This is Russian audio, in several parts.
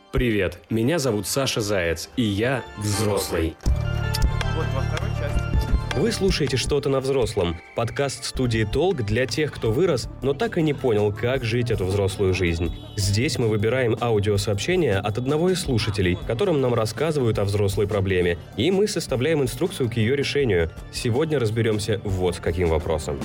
Привет, меня зовут Саша Заяц, и я взрослый. Вот во второй части. Вы слушаете «Что-то на взрослом» – подкаст студии «Толк» для тех, кто вырос, но так и не понял, как жить эту взрослую жизнь. Здесь мы выбираем аудиосообщения от одного из слушателей, которым нам рассказывают о взрослой проблеме, и мы составляем инструкцию к ее решению. Сегодня разберемся вот с каким вопросом.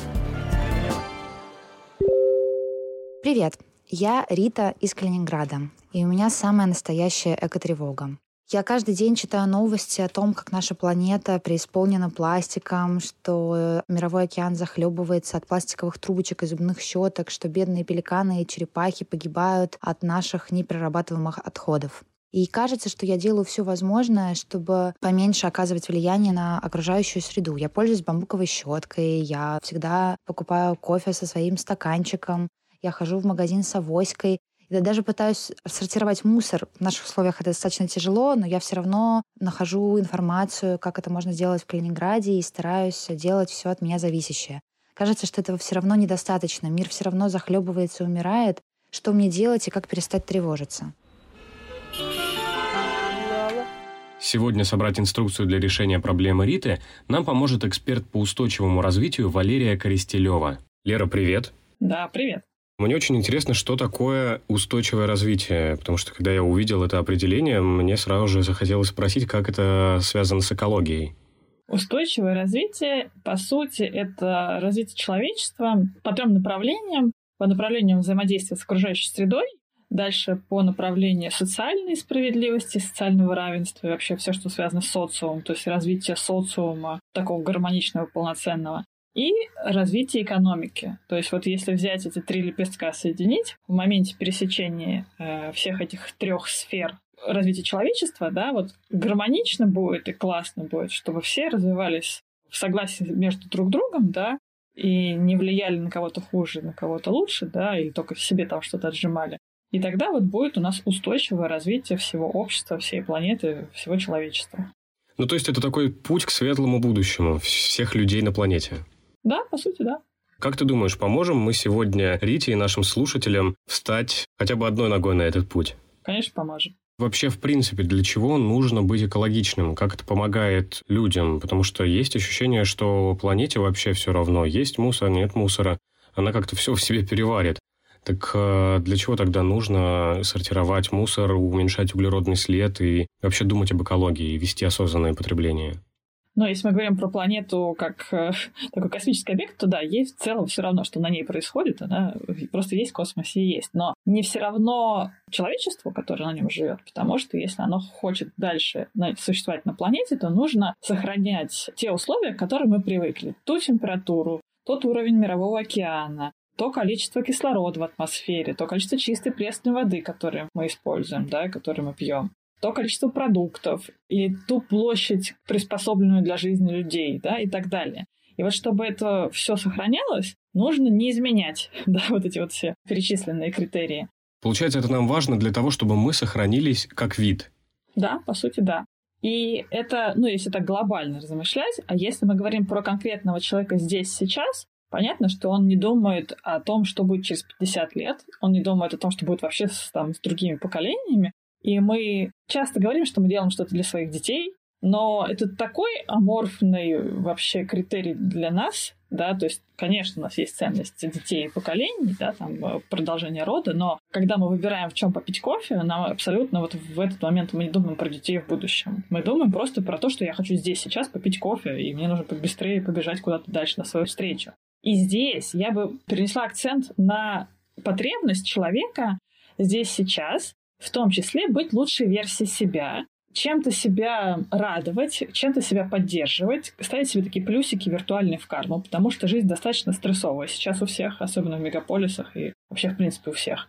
Привет, я Рита из Калининграда, и у меня самая настоящая экотревога. Я каждый день читаю новости о том, как наша планета преисполнена пластиком, что мировой океан захлебывается от пластиковых трубочек и зубных щеток, что бедные пеликаны и черепахи погибают от наших неперерабатываемых отходов. И кажется, что я делаю все возможное, чтобы поменьше оказывать влияние на окружающую среду. Я пользуюсь бамбуковой щеткой, я всегда покупаю кофе со своим стаканчиком, я хожу в магазин с авоськой. Я даже пытаюсь сортировать мусор. В наших условиях это достаточно тяжело, но я все равно нахожу информацию, как это можно сделать в Калининграде, и стараюсь делать все от меня зависящее. Кажется, что этого все равно недостаточно. Мир все равно захлебывается и умирает. Что мне делать и как перестать тревожиться? Сегодня собрать инструкцию для решения проблемы Риты нам поможет эксперт по устойчивому развитию Валерия Коростелева. Лера, привет. Да, привет. Мне очень интересно, что такое устойчивое развитие, потому что, когда я увидел это определение, мне сразу же захотелось спросить, как это связано с экологией. Устойчивое развитие, по сути, это развитие человечества по 3 направлениям. По направлению взаимодействия с окружающей средой, дальше по направлению социальной справедливости, социального равенства и вообще все, что связано с социумом, то есть развитие социума такого гармоничного, полноценного. И развитие экономики. То есть вот если взять эти 3 лепестка, соединить, в моменте пересечения всех этих 3 сфер развития человечества, да, вот гармонично будет и классно будет, чтобы все развивались в согласии между друг другом, да, и не влияли на кого-то хуже, на кого-то лучше, да, или только себе там что-то отжимали. И тогда вот будет у нас устойчивое развитие всего общества, всей планеты, всего человечества. Ну, то есть это такой путь к светлому будущему всех людей на планете. Да, по сути, да. Как ты думаешь, поможем мы сегодня Рите и нашим слушателям встать хотя бы одной ногой на этот путь? Конечно, поможем. Вообще, в принципе, для чего нужно быть экологичным? Как это помогает людям? Потому что есть ощущение, что планете вообще все равно. Есть мусор, нет мусора. Она как-то все в себе переварит. Так для чего тогда нужно сортировать мусор, уменьшать углеродный след и вообще думать об экологии и вести осознанное потребление? Но если мы говорим про планету как такой космический объект, то да, ей в целом все равно, что на ней происходит, она просто есть в космосе и есть. Но не все равно человечеству, которое на нем живет, потому что если оно хочет дальше существовать на планете, то нужно сохранять те условия, к которым мы привыкли. Ту температуру, тот уровень мирового океана, то количество кислорода в атмосфере, то количество чистой пресной воды, которую мы используем, да, которую мы пьем, то количество продуктов и ту площадь, приспособленную для жизни людей, да, и так далее. И вот чтобы это все сохранялось, нужно не изменять, да, вот эти вот все перечисленные критерии. Получается, это нам важно для того, чтобы мы сохранились как вид. Да, по сути, да. И это, если так глобально размышлять, а если мы говорим про конкретного человека здесь, сейчас, понятно, что он не думает о том, что будет через 50 лет, он не думает о том, что будет вообще с другими поколениями. И мы часто говорим, что мы делаем что-то для своих детей, но это такой аморфный вообще критерий для нас, да, то есть, конечно, у нас есть ценность детей и поколений, да, там продолжение рода, но когда мы выбираем, в чем попить кофе, нам абсолютно вот в этот момент мы не думаем про детей в будущем. Мы думаем просто про то, что я хочу здесь сейчас попить кофе, и мне нужно побыстрее побежать куда-то дальше на свою встречу. И здесь я бы перенесла акцент на потребность человека здесь сейчас, в том числе быть лучшей версией себя, чем-то себя радовать, чем-то себя поддерживать, ставить себе такие плюсики виртуальные в карму, потому что жизнь достаточно стрессовая сейчас у всех, особенно в мегаполисах и вообще, в принципе, у всех.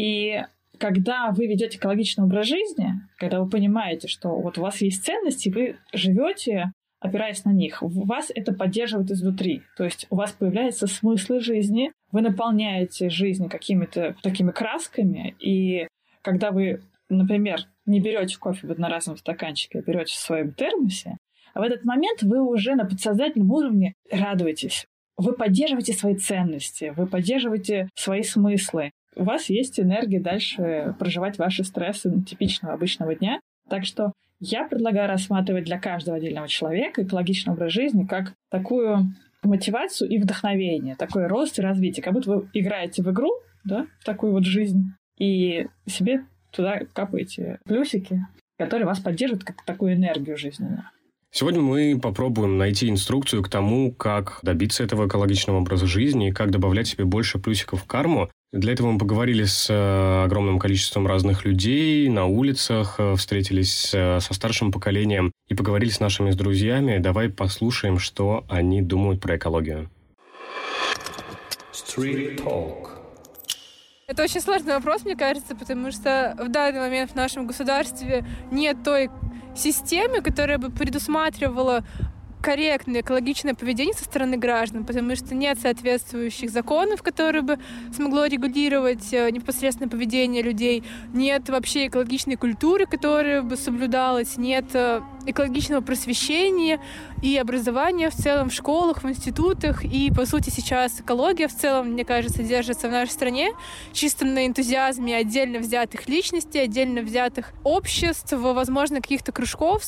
И когда вы ведете экологичный образ жизни, когда вы понимаете, что вот у вас есть ценности, вы живете, опираясь на них, вас это поддерживает изнутри. То есть у вас появляется смысл жизни, вы наполняете жизнь какими-то такими красками, и когда вы, например, не берете кофе в одноразовом стаканчике, а берете в своем термосе, а в этот момент вы уже на подсознательном уровне радуетесь. Вы поддерживаете свои ценности, вы поддерживаете свои смыслы. у вас есть энергия дальше проживать ваши стрессы типичного обычного дня. Так что я предлагаю рассматривать для каждого отдельного человека экологичный образ жизни как такую мотивацию и вдохновение, такой рост и развитие. Как будто вы играете в игру, да, в такую вот жизнь, и себе туда капаете плюсики, которые вас поддерживают как такую энергию жизненную. Сегодня мы попробуем найти инструкцию к тому, как добиться этого экологичного образа жизни и как добавлять себе больше плюсиков в карму. Для этого мы поговорили с огромным количеством разных людей на улицах, встретились со старшим поколением и поговорили с нашими друзьями. Давай послушаем, что они думают про экологию. Street Talk. Это очень сложный вопрос, мне кажется, потому что в данный момент в нашем государстве нет той системы, которая бы предусматривала корректное экологичное поведение со стороны граждан, потому что нет соответствующих законов, которые бы смогло регулировать непосредственно поведение людей, нет вообще экологичной культуры, которая бы соблюдалась, нет экологичного просвещения и образования в целом в школах, в институтах. И, по сути, сейчас экология в целом, мне кажется, держится в нашей стране чисто на энтузиазме отдельно взятых личностей, отдельно взятых обществ, возможно, каких-то кружков,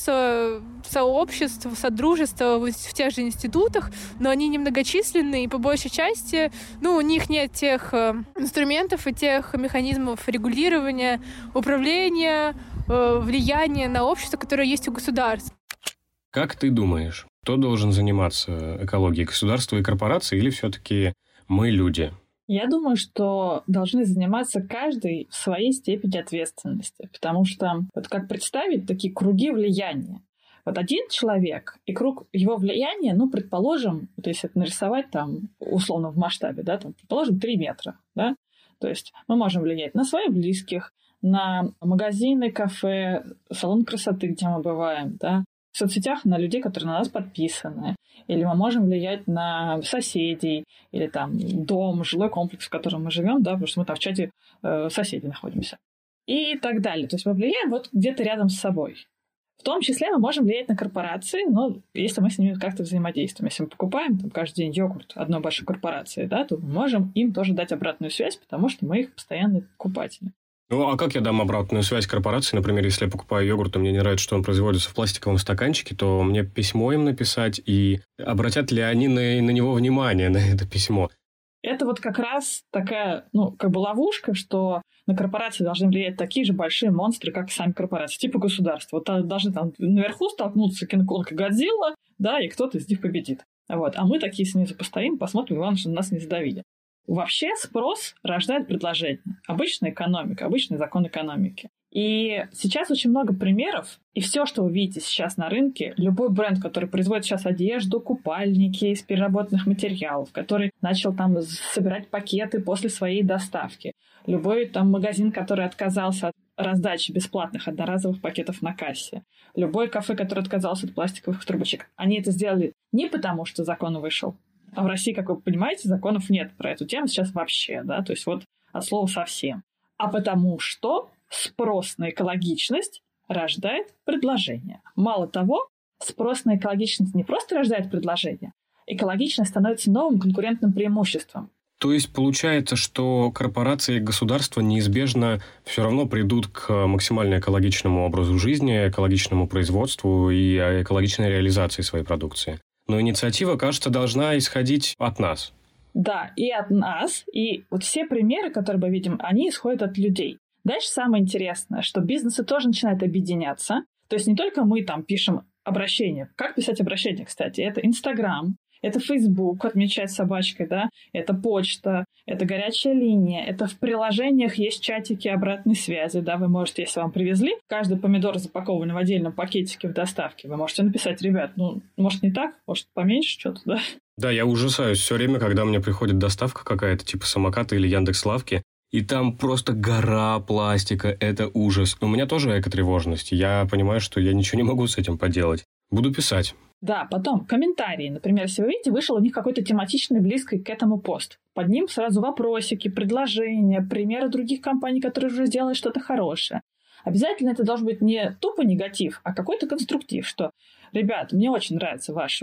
сообществ, содружеств в тех же институтах, но они немногочисленны, и по большей части, у них нет тех инструментов и тех механизмов регулирования, управления, влияния на общество, которое есть у государств. Как ты думаешь, кто должен заниматься экологией? Государство и корпорации или все-таки мы люди? Я думаю, что должны заниматься каждый в своей степени ответственности, потому что вот как представить такие круги влияния? Вот один человек и круг его влияния, предположим, вот если это нарисовать там условно в масштабе, да, там, предположим, 3 метра, да, то есть мы можем влиять на своих близких, на магазины, кафе, салон красоты, где мы бываем, да, в соцсетях на людей, которые на нас подписаны, или мы можем влиять на соседей, или там дом, жилой комплекс, в котором мы живем, да, потому что мы там в чате соседей находимся, и так далее. То есть мы влияем вот где-то рядом с собой. В том числе мы можем влиять на корпорации, но если мы с ними как-то взаимодействуем. Если мы покупаем там, каждый день йогурт одной большой корпорации, да, то мы можем им тоже дать обратную связь, потому что мы их постоянные покупатели. А как я дам обратную связь корпорации? Например, если я покупаю йогурт, и мне не нравится, что он производится в пластиковом стаканчике, то мне письмо им написать, и обратят ли они на него внимание, на это письмо? Это вот как раз такая, ловушка, что на корпорации должны влиять такие же большие монстры, как сами корпорации, типа государства. Вот должны там наверху столкнуться Кинг-Конг и Годзилла, да, и кто-то из них победит. Вот. А мы такие снизу постоим, посмотрим, главное, чтобы нас не задавили. Вообще спрос рождает предложение. Обычная экономика, обычный закон экономики. И сейчас очень много примеров, и все, что вы видите сейчас на рынке, любой бренд, который производит сейчас одежду, купальники из переработанных материалов, который начал там собирать пакеты после своей доставки, любой там магазин, который отказался от раздачи бесплатных одноразовых пакетов на кассе, любой кафе, который отказался от пластиковых трубочек, они это сделали не потому, что закон вышел, а в России, как вы понимаете, законов нет про эту тему сейчас вообще, да, то есть вот от слова совсем, а потому что спрос на экологичность рождает предложение. Мало того, спрос на экологичность не просто рождает предложение, экологичность становится новым конкурентным преимуществом. То есть получается, что корпорации и государства неизбежно все равно придут к максимально экологичному образу жизни, экологичному производству и экологичной реализации своей продукции. Но инициатива, кажется, должна исходить от нас. Да, и от нас. И вот все примеры, которые мы видим, они исходят от людей. Дальше самое интересное, что бизнесы тоже начинают объединяться. То есть не только мы там пишем обращения. Как писать обращения, кстати? Это Инстаграм, это Фейсбук, отмечать собачкой, да? Это почта, это горячая линия, это в приложениях есть чатики обратной связи, да? Вы можете, если вам привезли, каждый помидор запакованный в отдельном пакетике в доставке, вы можете написать: ребят, может не так, может поменьше что-то, да? Да, я ужасаюсь все время, когда мне приходит доставка какая-то, типа самоката или Яндекс.Лавки, и там просто гора пластика, это ужас. У меня тоже экотревожность, я понимаю, что я ничего не могу с этим поделать. Буду писать. Да, потом комментарии. Например, если вы видите, вышел у них какой-то тематичный, близкий к этому пост. Под ним сразу вопросики, предложения, примеры других компаний, которые уже сделали что-то хорошее. Обязательно это должен быть не тупо негатив, а какой-то конструктив, что, ребят, мне очень нравится ваш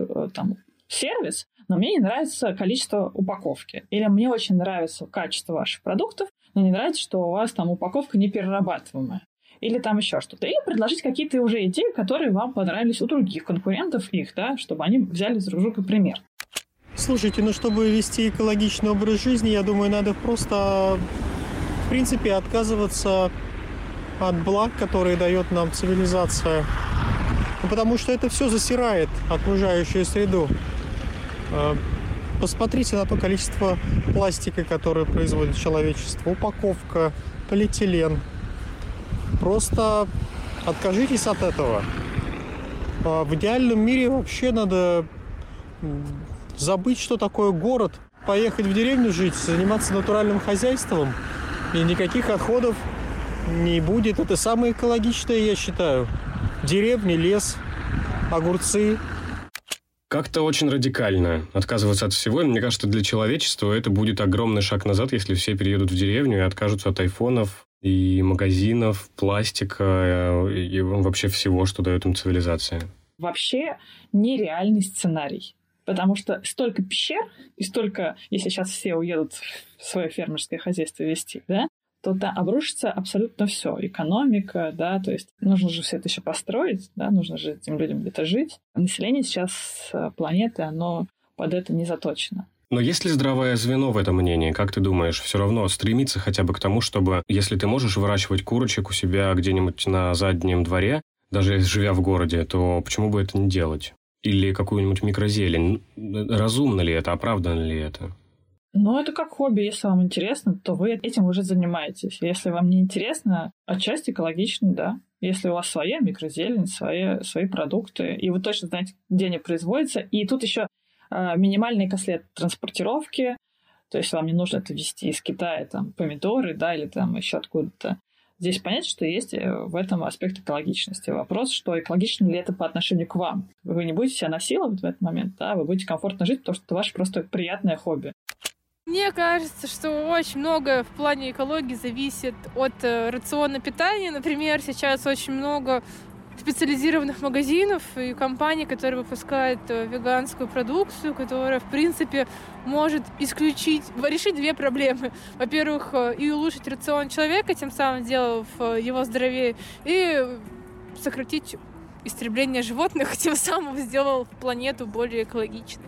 сервис, но мне не нравится количество упаковки. Или мне очень нравится качество ваших продуктов, но не нравится, что у вас там упаковка неперерабатываемая. Или там еще что-то. Или предложить какие-то уже идеи, которые вам понравились у других конкурентов их, да, чтобы они взяли друг с друга пример. Слушайте, чтобы вести экологичный образ жизни, я думаю, надо просто, в принципе, отказываться от благ, которые дает нам цивилизация. Потому что это все засирает окружающую среду. Посмотрите на то количество пластика, которое производит человечество. Упаковка, полиэтилен. Просто откажитесь от этого. В идеальном мире вообще надо забыть, что такое город. Поехать в деревню жить, заниматься натуральным хозяйством. И никаких отходов не будет. Это самое экологичное, я считаю. Деревни, лес, огурцы. Как-то очень радикально отказываться от всего. И мне кажется, для человечества это будет огромный шаг назад, если все переедут в деревню и откажутся от айфонов и магазинов, пластика и вообще всего, что дает им цивилизация. Вообще нереальный сценарий. Потому что столько пещер и столько, если сейчас все уедут в свое фермерское хозяйство вести, да, то там обрушится абсолютно все. Экономика, да, то есть нужно же все это еще построить, да, нужно же этим людям где-то жить. Население сейчас планеты, оно под это не заточено. Но есть ли здравое звено в этом мнении? Как ты думаешь, все равно стремиться хотя бы к тому, чтобы, если ты можешь выращивать курочек у себя где-нибудь на заднем дворе, даже живя в городе, то почему бы это не делать? Или какую-нибудь микрозелень? Разумно ли это, оправданно ли это? Ну, это как хобби. Если вам интересно, то вы этим уже занимаетесь. Если вам не интересно, отчасти экологично, да. Если у вас своя микрозелень, свои продукты, и вы точно знаете, где они производятся. И тут еще минимальные кослет транспортировки. То есть вам не нужно это везти из Китая, там, помидоры, да, или там еще откуда-то. Здесь понятно, что есть в этом аспект экологичности. Вопрос, что экологично ли это по отношению к вам. Вы не будете себя насиловать в этот момент, да, вы будете комфортно жить, потому что это ваше просто приятное хобби. Мне кажется, что очень многое в плане экологии зависит от рациона питания. Например, сейчас очень много специализированных магазинов и компаний, которые выпускают веганскую продукцию, которая, в принципе, может решить две проблемы. Во-первых, и улучшить рацион человека, тем самым сделав его здоровее, и сократить истребление животных, тем самым сделав планету более экологичной.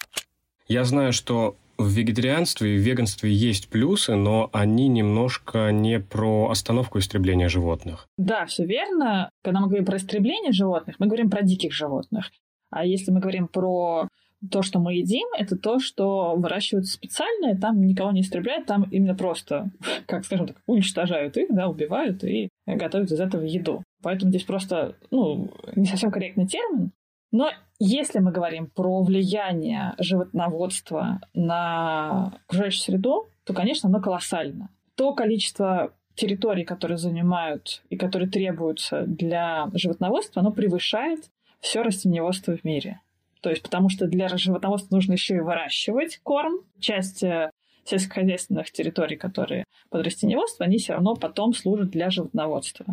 Я знаю, что в вегетарианстве и в веганстве есть плюсы, но они немножко не про остановку истребления животных. Да, все верно. Когда мы говорим про истребление животных, мы говорим про диких животных. А если мы говорим про то, что мы едим, это то, что выращивают специально, и там никого не истребляют, там именно просто, как скажем так, уничтожают их, да, убивают и готовят из этого еду. Поэтому здесь просто, не совсем корректный термин. Но если мы говорим про влияние животноводства на окружающую среду, то, конечно, оно колоссально. То количество территорий, которые занимают и которые требуются для животноводства, оно превышает все растениеводство в мире. То есть потому что для животноводства нужно еще и выращивать корм. Часть сельскохозяйственных территорий, которые под растениеводство, они все равно потом служат для животноводства.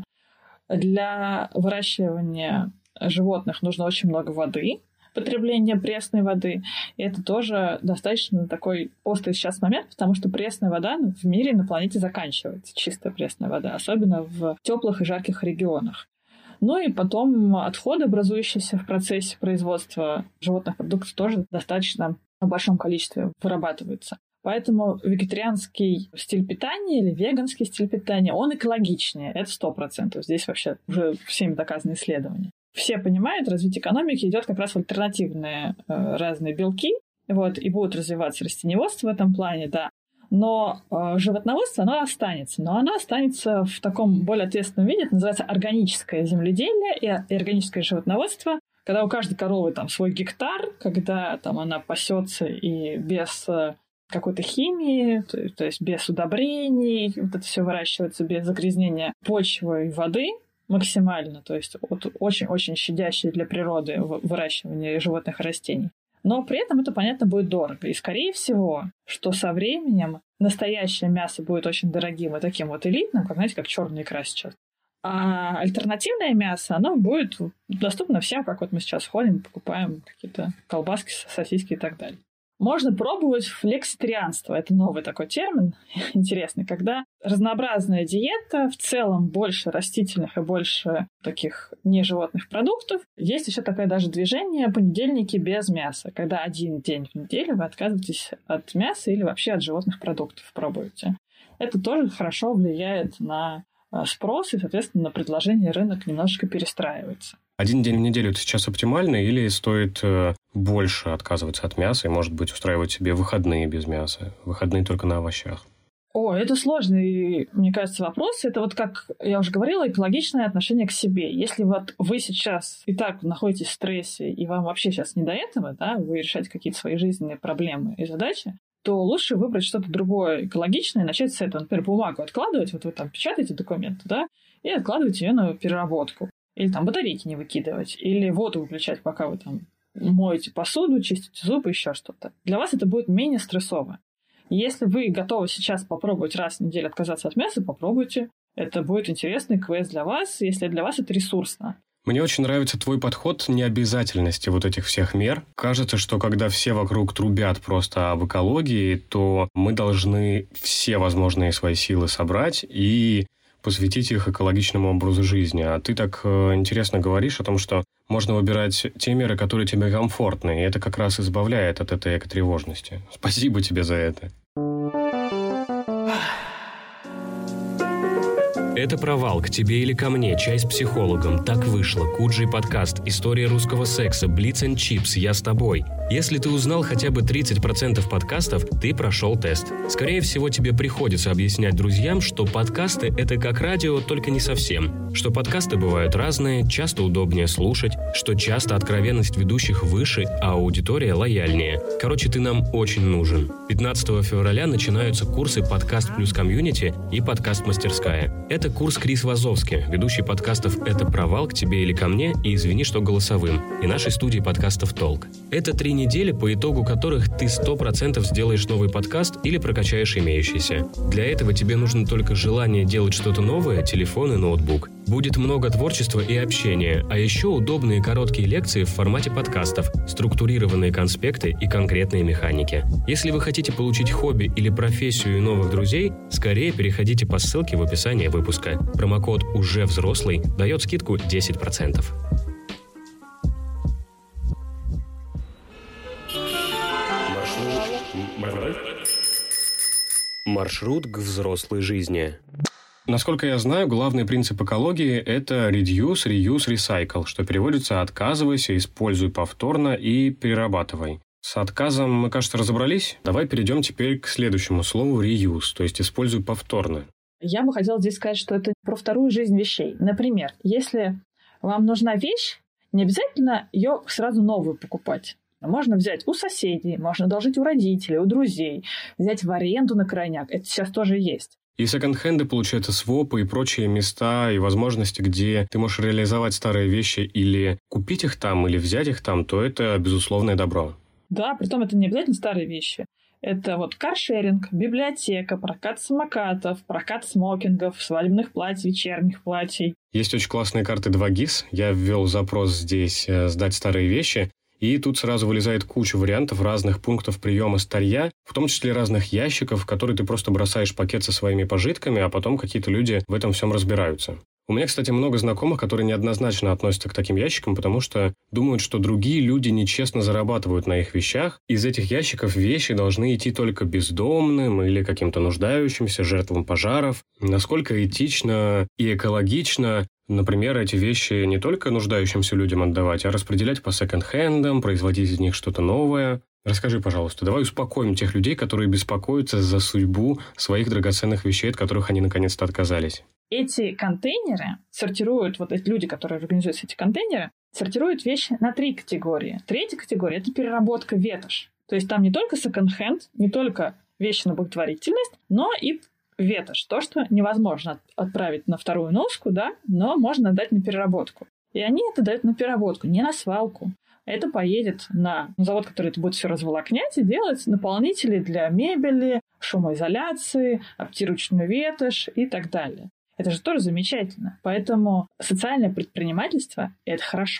Для выращивания животных нужно очень много воды, потребление пресной воды. И это тоже достаточно такой острый сейчас момент, потому что пресная вода в мире, на планете заканчивается, чистая пресная вода, особенно в теплых и жарких регионах. Ну и потом отходы, образующиеся в процессе производства животных продуктов, тоже достаточно в большом количестве вырабатываются. Поэтому вегетарианский стиль питания или веганский стиль питания, он экологичнее, это 100%. Здесь вообще уже всеми доказаны исследования. Все понимают, развитие экономики идет как раз в альтернативные разные белки, и будут развиваться растениеводство в этом плане, да. Но животноводство, оно останется. Но оно останется в таком более ответственном виде. Это называется органическое земледелие и органическое животноводство, когда у каждой коровы там свой гектар, когда там она пасется и без какой-то химии, то есть без удобрений, вот это все выращивается без загрязнения почвы и воды максимально, то есть очень-очень щадящее для природы выращивание животных и растений. Но при этом это, понятно, будет дорого. И, скорее всего, что со временем настоящее мясо будет очень дорогим и таким вот элитным, как черная икра сейчас. А альтернативное мясо, оно будет доступно всем, как вот мы сейчас ходим, покупаем какие-то колбаски, сосиски и так далее. Можно пробовать флекситарианство. Это новый такой термин, интересный, когда разнообразная диета, в целом больше растительных и больше таких неживотных продуктов. Есть еще такое даже движение «понедельники без мяса», когда один день в неделю вы отказываетесь от мяса или вообще от животных продуктов пробуете. Это тоже хорошо влияет на спрос и, соответственно, на предложение, рынок немножечко перестраивается. Один день в неделю это сейчас оптимально или стоит больше отказываться от мяса и, может быть, устраивать себе выходные без мяса? Выходные только на овощах. Это сложный, мне кажется, вопрос. Это вот, как я уже говорила, экологичное отношение к себе. Если вот вы сейчас и так находитесь в стрессе, и вам вообще сейчас не до этого, да, вы решаете какие-то свои жизненные проблемы и задачи, то лучше выбрать что-то другое экологичное и начать с этого. Например, бумагу откладывать. Вот вы там печатаете документы, да, и откладываете ее на переработку. Или там батарейки не выкидывать, или воду выключать, пока вы там моете посуду, чистите зубы, еще что-то. Для вас это будет менее стрессово. Если вы готовы сейчас попробовать раз в неделю отказаться от мяса, попробуйте. Это будет интересный квест для вас, если для вас это ресурсно. Мне очень нравится твой подход необязательности вот этих всех мер. Кажется, что когда все вокруг трубят просто об экологии, то мы должны все возможные свои силы собрать и посвятить их экологичному образу жизни. А ты так интересно говоришь о том, что можно выбирать те меры, которые тебе комфортны, и это как раз избавляет от этой экотревожности. Спасибо тебе за это. Это «Провал. К тебе или ко мне. Чай с психологом». Так вышло. Куджи подкаст. История русского секса. Блиц энд чипс. Я с тобой. Если ты узнал хотя бы 30% подкастов, ты прошел тест. Скорее всего, тебе приходится объяснять друзьям, что подкасты — это как радио, только не совсем. Что подкасты бывают разные, часто удобнее слушать, что часто откровенность ведущих выше, а аудитория лояльнее. Короче, ты нам очень нужен. 15 февраля начинаются курсы «Подкаст плюс комьюнити» и «Подкаст-мастерская». Это курс Крис Вазовски, ведущий подкастов «Это провал, к тебе или ко мне» и «Извини, что голосовым» и нашей студии подкастов «Толк». Это 3 недели, по итогу которых ты 100% сделаешь новый подкаст или прокачаешь имеющийся. Для этого тебе нужно только желание делать что-то новое, телефон и ноутбук. Будет много творчества и общения, а еще удобные короткие лекции в формате подкастов, структурированные конспекты и конкретные механики. Если вы хотите получить хобби или профессию и новых друзей, скорее переходите по ссылке в описании выпуска. Промокод «Уже взрослый» дает скидку 10%. Маршрут к взрослой жизни. Насколько я знаю, главный принцип экологии – это reduce, reuse, recycle, что переводится «отказывайся, используй повторно и перерабатывай». С отказом мы, кажется, разобрались. Давай перейдем теперь к следующему слову reuse, то есть используй повторно. Я бы хотела здесь сказать, что это про вторую жизнь вещей. Например, если вам нужна вещь, не обязательно ее сразу новую покупать. Можно взять у соседей, можно одолжить у родителей, у друзей, взять в аренду на крайняк. Это сейчас тоже есть. И секонд-хенды, получается, свопы и прочие места и возможности, где ты можешь реализовать старые вещи или купить их там, или взять их там, то это безусловное добро. Да, притом это не обязательно старые вещи. Это вот каршеринг, библиотека, прокат самокатов, прокат смокингов, свадебных платьев, вечерних платьей. Есть очень классные карты 2GIS. Я ввел запрос здесь «Сдать старые вещи». И тут сразу вылезает куча вариантов разных пунктов приема старья, в том числе разных ящиков, в которые ты просто бросаешь пакет со своими пожитками, а потом какие-то люди в этом всем разбираются. У меня, кстати, много знакомых, которые неоднозначно относятся к таким ящикам, потому что думают, что другие люди нечестно зарабатывают на их вещах. Из этих ящиков вещи должны идти только бездомным или каким-то нуждающимся, жертвам пожаров. Насколько этично и экологично, например, эти вещи не только нуждающимся людям отдавать, а распределять по секонд-хендам, производить из них что-то новое. Расскажи, пожалуйста, давай успокоим тех людей, которые беспокоятся за судьбу своих драгоценных вещей, от которых они наконец-то отказались. Эти контейнеры сортируют, вот эти люди, которые организуют эти контейнеры, сортируют вещи на 3 категории. 3-я категория – это переработка ветошь. То есть там не только секонд-хенд, не только вещи на благотворительность, но и ветошь. То, что невозможно отправить на вторую носку, да, но можно отдать на переработку. И они это дают на переработку, не на свалку. Это поедет на завод, который это будет все разволокнять и делать наполнители для мебели, шумоизоляции, обтирочную ветошь и так далее. Это же тоже замечательно. Поэтому социальное предпринимательство – это хорошо.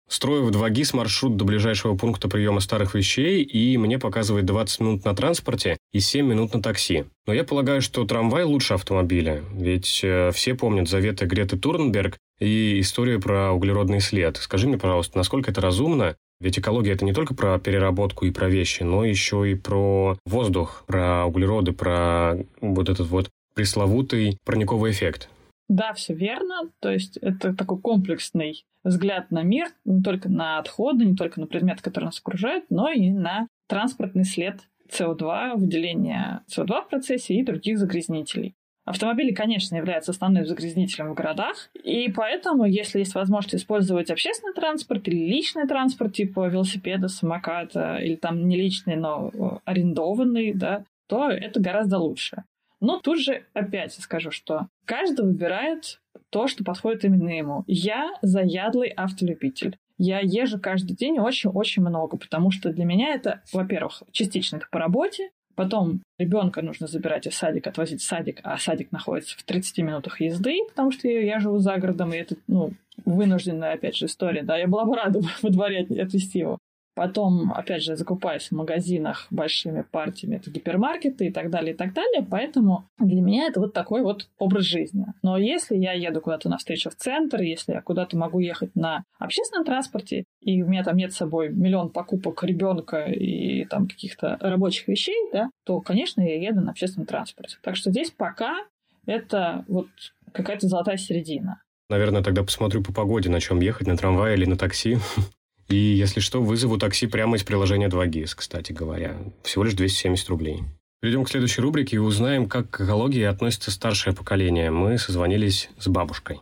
Строю в 2GIS маршрут до ближайшего пункта приема старых вещей, и мне показывает 20 минут на транспорте и 7 минут на такси. Но я полагаю, что трамвай лучше автомобиля, ведь все помнят заветы Греты Турнберг и историю про углеродный след. Скажи мне, пожалуйста, насколько это разумно? Ведь экология – это не только про переработку и про вещи, но еще и про воздух, про углероды, про вот этот вот пресловутый парниковый эффект. Да, все верно. То есть это такой комплексный взгляд на мир, не только на отходы, не только на предметы, которые нас окружают, но и на транспортный след СО2, выделение СО2 в процессе и других загрязнителей. Автомобили, конечно, являются основным загрязнителем в городах, и поэтому, если есть возможность использовать общественный транспорт или личный транспорт, типа велосипеда, самоката, или там не личный, но арендованный, да, то это гораздо лучше. Но тут же опять скажу, что каждый выбирает то, что подходит именно ему. Я заядлый автолюбитель. Я езжу каждый день очень-очень много, потому что для меня это, во-первых, частично это по работе, потом ребенка нужно забирать из садика, отвозить в садик, а садик находится в 30 минутах езды, потому что я живу за городом, и это, вынужденная, опять же, история, да, я была бы рада во дворе отвезти его. Потом, опять же, закупаюсь в магазинах большими партиями, это гипермаркеты и так далее, поэтому для меня это вот такой вот образ жизни. Но если я еду куда-то навстречу в центр, если я куда-то могу ехать на общественном транспорте, и у меня там нет с собой миллион покупок ребенка и там каких-то рабочих вещей, да, то, конечно, я еду на общественном транспорте. Так что здесь пока это вот какая-то золотая середина. Наверное, тогда посмотрю по погоде, на чем ехать, на трамвае или на такси. И, если что, вызову такси прямо из приложения 2GIS, кстати говоря. Всего лишь 270 рублей. Перейдем к следующей рубрике и узнаем, как к экологии относится старшее поколение. Мы созвонились с бабушкой.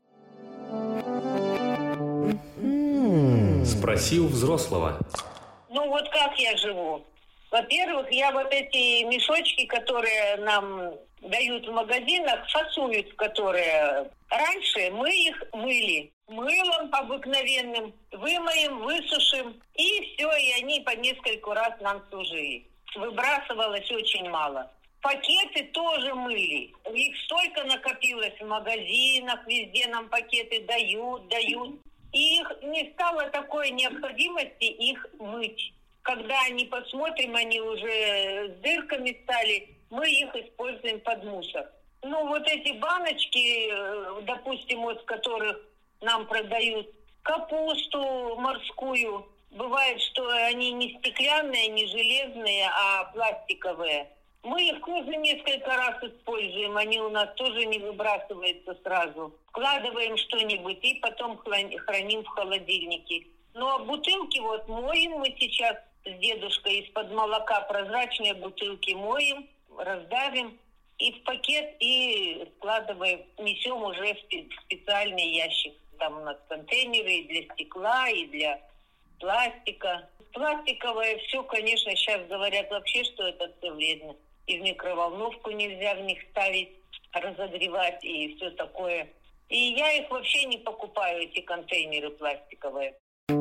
Спроси у взрослого. Вот как я живу? Во-первых, я вот эти мешочки, которые нам дают в магазинах, фасуют, которые... Раньше мы их мыли мылом обыкновенным, вымоем, высушим, и все, и они по нескольку раз нам служили. Выбрасывалось очень мало. Пакеты тоже мыли. Их столько накопилось в магазинах, везде нам пакеты дают. И их не стало такой необходимости их мыть. Когда они, посмотрим, они уже с дырками стали, мы их используем под мусор. Вот эти баночки, допустим, из которых нам продают капусту морскую, бывает, что они не стеклянные, не железные, а пластиковые. Мы их тоже несколько раз используем, они у нас тоже не выбрасываются сразу. Вкладываем что-нибудь и потом храним в холодильнике. А бутылки моем мы сейчас с дедушкой из-под молока, прозрачные бутылки моем, раздавим и в пакет, и складываем, несем уже в специальный ящик. Там у нас контейнеры и для стекла, и для пластика. Пластиковое все, конечно, сейчас говорят вообще, что это все вредно. И в микроволновку нельзя в них ставить, разогревать и все такое. И я их вообще не покупаю, эти контейнеры пластиковые.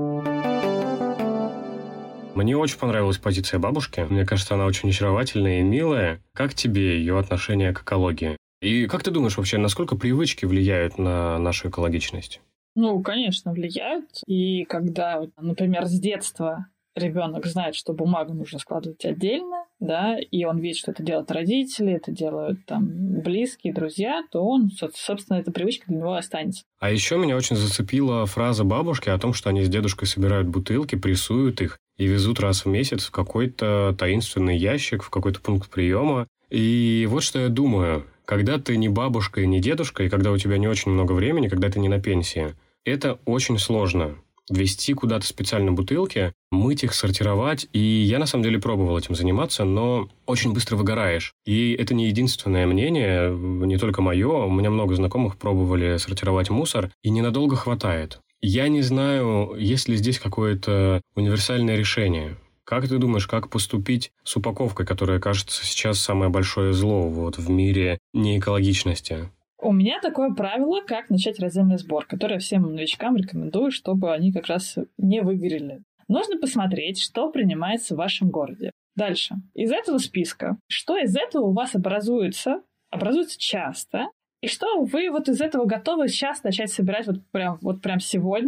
Мне очень понравилась позиция бабушки. Мне кажется, она очень очаровательная и милая. Как тебе ее отношение к экологии? И как ты думаешь вообще, насколько привычки влияют на нашу экологичность? Конечно, влияют. И когда, например, с детства ребенок знает, что бумагу нужно складывать отдельно, да, и он видит, что это делают родители, это делают там близкие, друзья, то он, собственно, эта привычка для него останется. А еще меня очень зацепила фраза бабушки о том, что они с дедушкой собирают бутылки, прессуют их и везут раз в месяц в какой-то таинственный ящик, в какой-то пункт приема. И вот что я думаю. Когда ты не бабушка и не дедушка, и когда у тебя не очень много времени, когда ты не на пенсии, это очень сложно. Везти куда-то специально бутылки, мыть их, сортировать. И я, на самом деле, пробовал этим заниматься, но очень быстро выгораешь. И это не единственное мнение, не только мое. У меня много знакомых пробовали сортировать мусор, и ненадолго хватает. Я не знаю, есть ли здесь какое-то универсальное решение. Как ты думаешь, как поступить с упаковкой, которая, кажется, сейчас самое большое зло в мире неэкологичности? У меня такое правило, как начать раздельный сбор, которое всем новичкам рекомендую, чтобы они как раз не выгорели. Нужно посмотреть, что принимается в вашем городе. Дальше. Из этого списка, что из этого у вас образуется часто, и что вы из этого готовы сейчас начать собирать прям сегодня,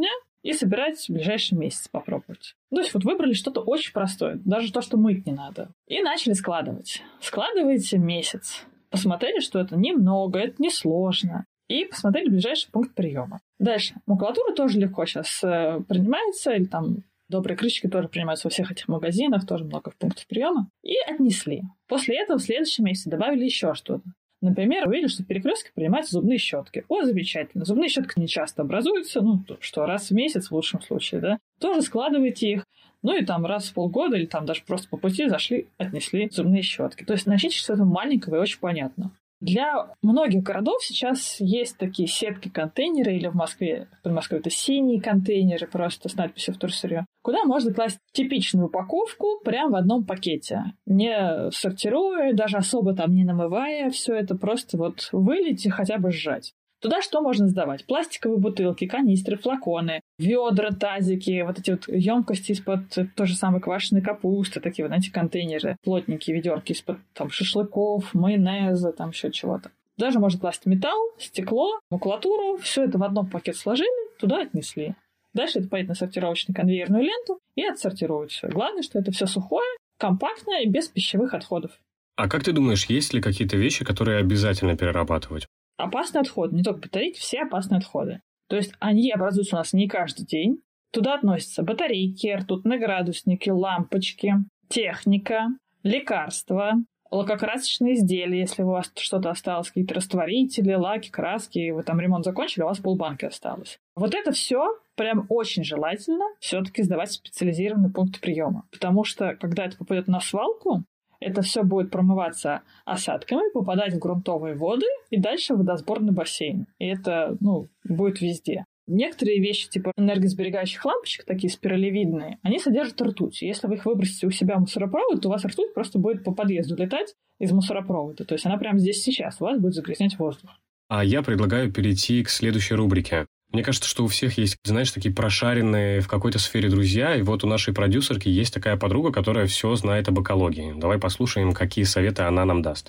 и собирать в ближайший месяц попробовать. То есть вот выбрали что-то очень простое, даже то, что мыть не надо. И начали складывать. Складываете месяц. Посмотрели, что это немного, это несложно. И посмотрели ближайший пункт приема. Дальше. Макулатура тоже легко сейчас принимается, или там добрые крышечки тоже принимаются во всех этих магазинах, тоже много пунктов приема. И отнесли. После этого в следующем месяце добавили еще что-то. Например, увидели, что в перекрестке принимаются зубные щетки. О, замечательно. Зубные щетки не часто образуются, что раз в месяц в лучшем случае, да. Тоже складывайте их. И там раз в полгода или там даже просто по пути зашли, отнесли зубные щетки. То есть начните что-то маленького и очень понятно. Для многих городов сейчас есть такие сетки-контейнеры, или в Москве, в Подмосковье это синие контейнеры просто с надписью «Вторсырье», куда можно класть типичную упаковку прямо в одном пакете, не сортируя, даже особо там не намывая, все это просто вот вылить и хотя бы сжать. Туда что можно сдавать? Пластиковые бутылки, канистры, флаконы, ведра, тазики, вот эти вот емкости из-под той же самой квашеной капусты, такие вот, знаете, контейнеры, плотненькие ведерки из-под там шашлыков, майонеза, там еще чего-то. Даже можно класть металл, стекло, макулатуру, все это в одном пакет сложили, туда отнесли. Дальше это поедет на сортировочную конвейерную ленту и отсортируют все. Главное, что это все сухое, компактное и без пищевых отходов. А как ты думаешь, есть ли какие-то вещи, которые обязательно перерабатывать? Опасные отходы, не только батарейки, все опасные отходы. То есть они образуются у нас не каждый день. Туда относятся батарейки, ртутные градусники, лампочки, техника, лекарства, лакокрасочные изделия, если у вас что-то осталось, какие-то растворители, лаки, краски, вы там ремонт закончили, у вас полбанки осталось. Вот это все прям очень желательно все-таки сдавать в специализированный пункт приема. Потому что, когда это попадет на свалку, это все будет промываться осадками, попадать в грунтовые воды и дальше в водосборный бассейн. И это, будет везде. Некоторые вещи, типа энергосберегающих лампочек, такие спиралевидные, они содержат ртуть. Если вы их выбросите у себя в мусоропровод, то у вас ртуть просто будет по подъезду летать из мусоропровода. То есть она прямо здесь сейчас у вас будет загрязнять воздух. А я предлагаю перейти к следующей рубрике. Мне кажется, что у всех есть, знаешь, такие прошаренные в какой-то сфере друзья, и вот у нашей продюсерки есть такая подруга, которая все знает об экологии. Давай послушаем, какие советы она нам даст.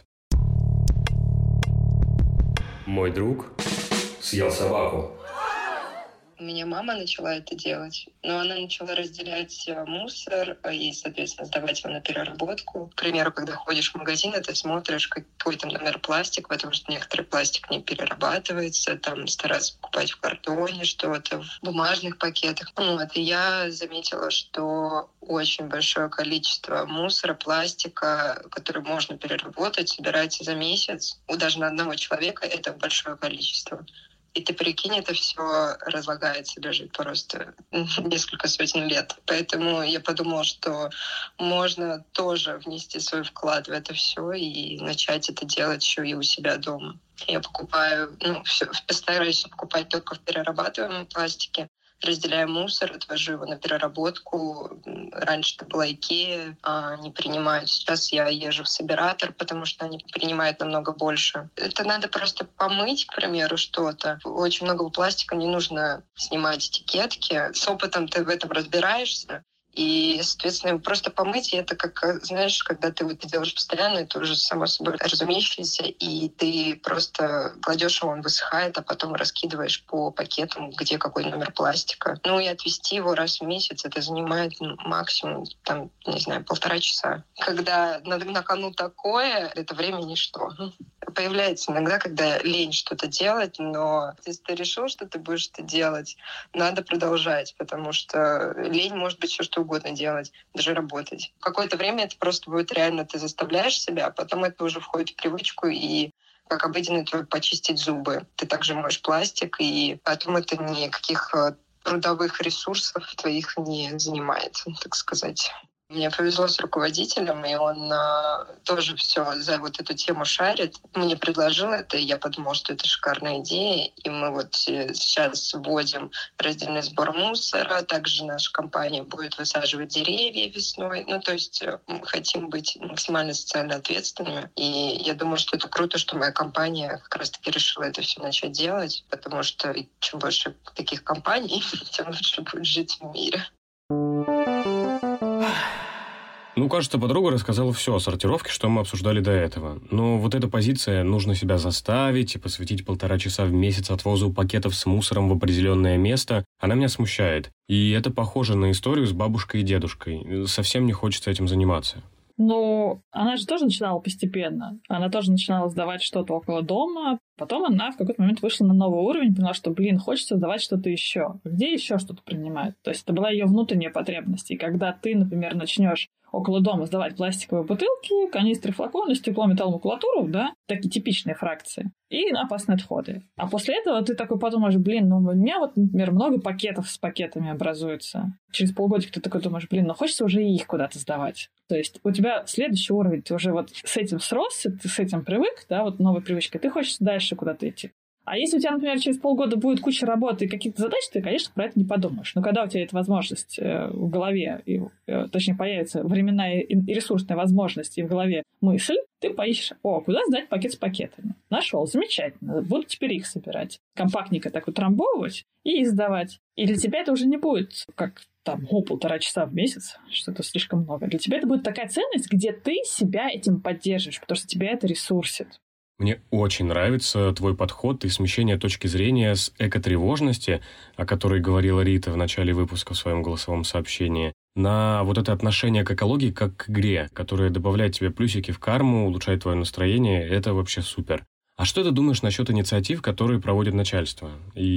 Мой друг съел собаку. У меня мама начала это делать, но она начала разделять мусор и, соответственно, сдавать его на переработку. К примеру, когда ходишь в магазин, ты смотришь, какой там, например, пластик, потому что некоторый пластик не перерабатывается, там стараться покупать в картоне что-то, в бумажных пакетах. И я заметила, что очень большое количество мусора, пластика, который можно переработать, собирается за месяц. Даже на одного человека это большое количество. И ты прикинь, это все разлагается, лежит просто несколько сотен лет. Поэтому я подумала, что можно тоже внести свой вклад в это все и начать это делать еще и у себя дома. Я покупаю, стараюсь покупать только в перерабатываемом пластике. Разделяю мусор, отвожу его на переработку. Раньше это была Икея, не принимают. Сейчас я езжу в Собиратор, потому что они принимают намного больше. Это надо просто помыть, к примеру, что-то. Очень много пластика, не нужно снимать этикетки. С опытом ты в этом разбираешься. И, соответственно, просто помыть, и это как, знаешь, когда ты это делаешь постоянно, это уже само собой разумеющееся, и ты просто кладешь его, он высыхает, а потом раскидываешь по пакетам, где какой номер пластика. И отвезти его раз в месяц, это занимает максимум, 1,5 часа. Когда на кону такое, это время ничто. Появляется иногда, когда лень что-то делать, но если ты решил, что ты будешь это делать, надо продолжать, потому что лень может быть все что угодно делать, даже работать. В какое-то время это просто будет реально, ты заставляешь себя, а потом это уже входит в привычку, и как обыденный труд почистить зубы. Ты также моешь пластик, и потом это никаких трудовых ресурсов твоих не занимает, так сказать. Мне повезло с руководителем, и он тоже все за вот эту тему шарит. Мне предложил это, и я подумала, что это шикарная идея. И мы вот сейчас вводим раздельный сбор мусора. Также наша компания будет высаживать деревья весной. То есть мы хотим быть максимально социально ответственными. И я думаю, что это круто, что моя компания как раз-таки решила это все начать делать, потому что чем больше таких компаний, тем лучше будет жить в мире. Ну, кажется, подруга рассказала все о сортировке, что мы обсуждали до этого. Но вот эта позиция «нужно себя заставить и посвятить 1,5 часа в месяц отвозу пакетов с мусором в определенное место», она меня смущает. И это похоже на историю с бабушкой и дедушкой. Совсем не хочется этим заниматься. Ну, она же тоже начинала постепенно. Она тоже начинала сдавать что-то около дома. Потом она в какой-то момент вышла на новый уровень, поняла, что, хочется сдавать что-то еще. Где еще что-то принимают? То есть это была ее внутренняя потребность. И когда ты, например, начнешь около дома сдавать пластиковые бутылки, канистры, флаконы, стекло, металл, макулатуру, да, такие типичные фракции, и опасные отходы. А после этого ты такой подумаешь, у меня вот, например, много пакетов с пакетами образуется. Через полгодика ты такой думаешь, хочется уже и их куда-то сдавать. То есть у тебя следующий уровень, ты уже вот с этим сросся, ты с этим привык, да, вот новой привычкой, ты хочешь дальше куда-то идти. А если у тебя, например, через полгода будет куча работы и каких-то задач, ты, конечно, про это не подумаешь. Но когда у тебя эта возможность в голове, точнее, появится временная и ресурсная возможность, и в голове мысль, ты поищешь, куда сдать пакет с пакетами. Нашел, замечательно, буду теперь их собирать. Компактненько так утрамбовывать и сдавать. И для тебя это уже не будет как 1,5 часа в месяц, что-то слишком много. Для тебя это будет такая ценность, где ты себя этим поддерживаешь, потому что тебя это ресурсит. Мне очень нравится твой подход и смещение точки зрения с экотревожности, о которой говорила Рита в начале выпуска в своем голосовом сообщении, на вот это отношение к экологии как к игре, которая добавляет тебе плюсики в карму, улучшает твое настроение. Это вообще супер. А что ты думаешь насчет инициатив, которые проводит начальство?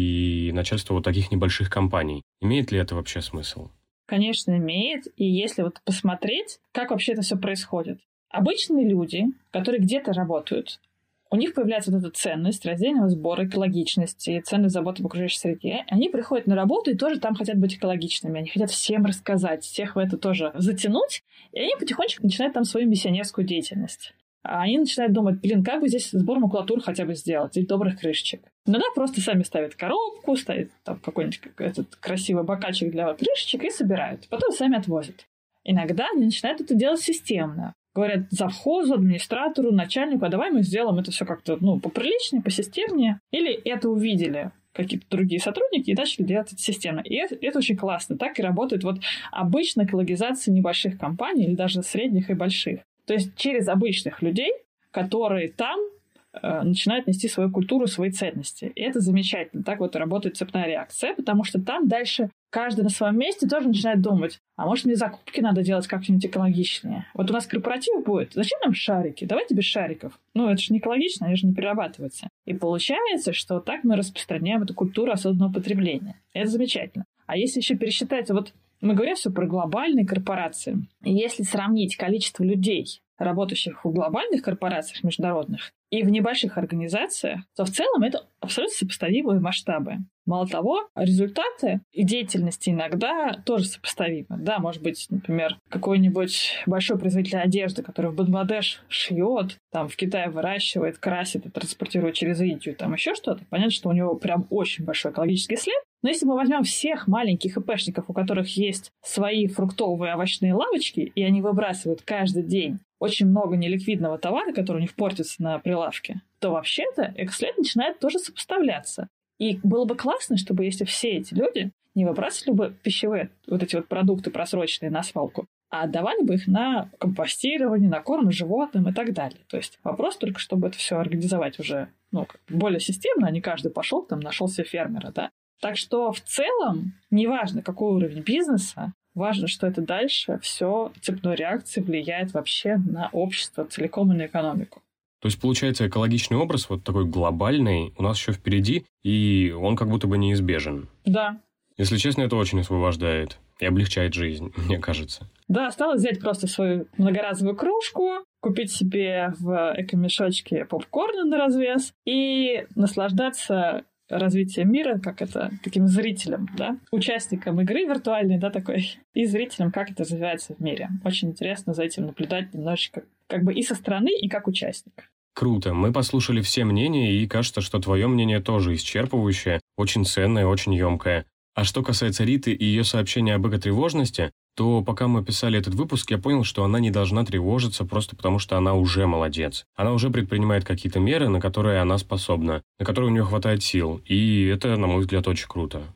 И начальство вот таких небольших компаний? Имеет ли это вообще смысл? Конечно, имеет. И если вот посмотреть, как вообще это все происходит. Обычные люди, которые где-то работают, у них появляется вот эта ценность раздельного сбора, экологичности, ценность заботы об окружающей среде. Они приходят на работу и тоже там хотят быть экологичными. Они хотят всем рассказать, всех в это тоже затянуть. И они потихонечку начинают там свою миссионерскую деятельность. А они начинают думать, как бы здесь сбор макулатуры хотя бы сделать, или добрых крышечек. Иногда просто сами ставят коробку, ставят там какой-нибудь этот красивый бокальчик для крышечек и собирают. Потом сами отвозят. Иногда они начинают это делать системно. Говорят завхозу, администратору, начальнику, а давай мы сделаем это все как-то поприличнее, посистемнее. Или это увидели какие-то другие сотрудники и начали делать это системно. И это очень классно. Так и работает вот обычная экологизация небольших компаний или даже средних и больших. То есть через обычных людей, которые там начинают нести свою культуру, свои ценности. И это замечательно. Так вот и работает цепная реакция, потому что там дальше каждый на своем месте тоже начинает думать, а может мне закупки надо делать как-нибудь экологичнее. Вот у нас корпоратив будет, зачем нам шарики? Давайте без шариков. Это же не экологично, они же не перерабатываются. И получается, что так мы распространяем эту культуру осознанного потребления. Это замечательно. А если еще пересчитать, вот мы говорим все про глобальные корпорации. И если сравнить количество людей, работающих в глобальных корпорациях международных, и в небольших организациях, то в целом это абсолютно сопоставимые масштабы. Мало того, результаты и деятельности иногда тоже сопоставимы. Да, может быть, например, какой-нибудь большой производитель одежды, который в Бангладеш шьет, там в Китае выращивает, красит и транспортирует через Индию, там еще что-то. Понятно, что у него прям очень большой экологический след. Но если мы возьмем всех маленьких ИПшников, у которых есть свои фруктовые овощные лавочки, и они выбрасывают каждый день очень много неликвидного товара, который у них портится на прилавке, то вообще-то экослед начинает тоже сопоставляться. И было бы классно, чтобы если все эти люди не выбрасывали бы пищевые вот эти вот продукты просроченные на свалку, а отдавали бы их на компостирование, на корм животным и так далее. То есть вопрос только, чтобы это все организовать уже более системно, а не каждый пошел, там нашел себе фермера, да. Так что в целом, неважно, какой уровень бизнеса, важно, что это дальше все цепной реакцией влияет вообще на общество целиком и на экономику. То есть, получается, экологичный образ, вот такой глобальный, у нас еще впереди, и он как будто бы неизбежен. Да. Если честно, это очень освобождает и облегчает жизнь, мне кажется. Да, осталось взять просто свою многоразовую кружку, купить себе в экомешочке попкорна на развес и наслаждаться развитием мира, как это, таким зрителем, да, участником игры виртуальной, да, такой, и зрителем, как это развивается в мире. Очень интересно за этим наблюдать немножечко, как бы и со стороны, и как участник. Круто. Мы послушали все мнения, и кажется, что твое мнение тоже исчерпывающее, очень ценное, очень емкое. А что касается Риты и ее сообщения об экотревожности, то пока мы писали этот выпуск, я понял, что она не должна тревожиться просто потому, что она уже молодец. Она уже предпринимает какие-то меры, на которые она способна, на которые у нее хватает сил. И это, на мой взгляд, очень круто.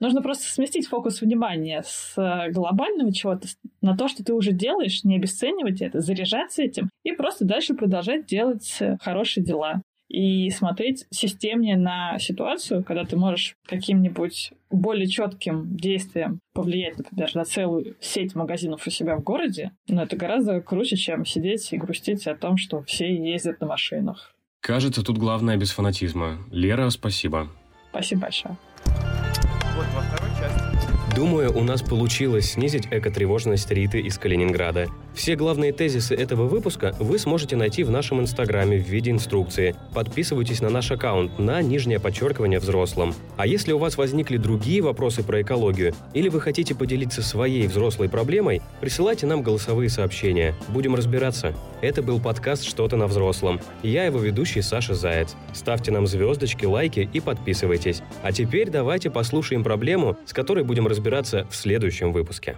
Нужно просто сместить фокус внимания с глобального чего-то на то, что ты уже делаешь, не обесценивать это, заряжаться этим и просто дальше продолжать делать хорошие дела. И смотреть системнее на ситуацию, когда ты можешь каким-нибудь более четким действием повлиять, например, на целую сеть магазинов у себя в городе, но это гораздо круче, чем сидеть и грустить о том, что все ездят на машинах. Кажется, тут главное без фанатизма. Лера, спасибо. Спасибо большое. Вот во второй части. Думаю, у нас получилось снизить экотревожность Риты из Калининграда. Все главные тезисы этого выпуска вы сможете найти в нашем инстаграме в виде инструкции. Подписывайтесь на наш аккаунт на _взрослым. А если у вас возникли другие вопросы про экологию, или вы хотите поделиться своей взрослой проблемой, присылайте нам голосовые сообщения. Будем разбираться. Это был подкаст «Что-то на взрослом». Я его ведущий Саша Заяц. Ставьте нам звездочки, лайки и подписывайтесь. А теперь давайте послушаем проблему, с которой будем разбираться в следующем выпуске.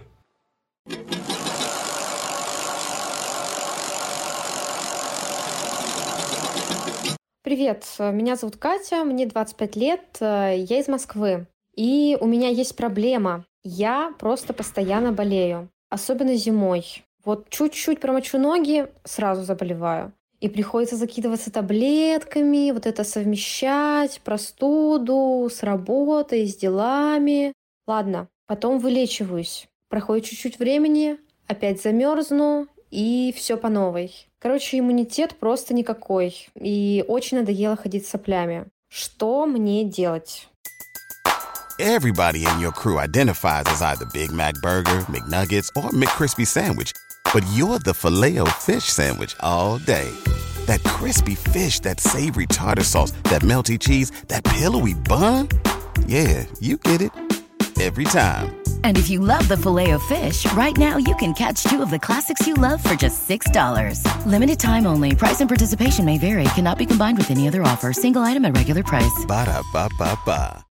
Привет, меня зовут Катя, мне 25 лет, я из Москвы. И у меня есть проблема. Я просто постоянно болею, особенно зимой. Вот чуть-чуть промочу ноги, сразу заболеваю. И приходится закидываться таблетками, вот это совмещать, простуду с работой, с делами. Ладно, потом вылечиваюсь. Проходит чуть-чуть времени, опять замерзну, и все по новой. Короче, иммунитет просто никакой. И очень надоело ходить с соплями. Что мне делать? Everybody in your crew identifies as either Big Mac Burger, McNuggets, or McCrispy Sandwich. But you're the Filet-O-Fish Sandwich all day. That crispy fish, that savory tartar sauce, that melty cheese, that pillowy bun. Yeah, you get it. Every time. And if you love the Filet-O-Fish, right now you can catch two of the classics you love for just $6. Limited time only. Price and participation may vary. Cannot be combined with any other offer. Single item at regular price. Ba-da-ba-ba-ba.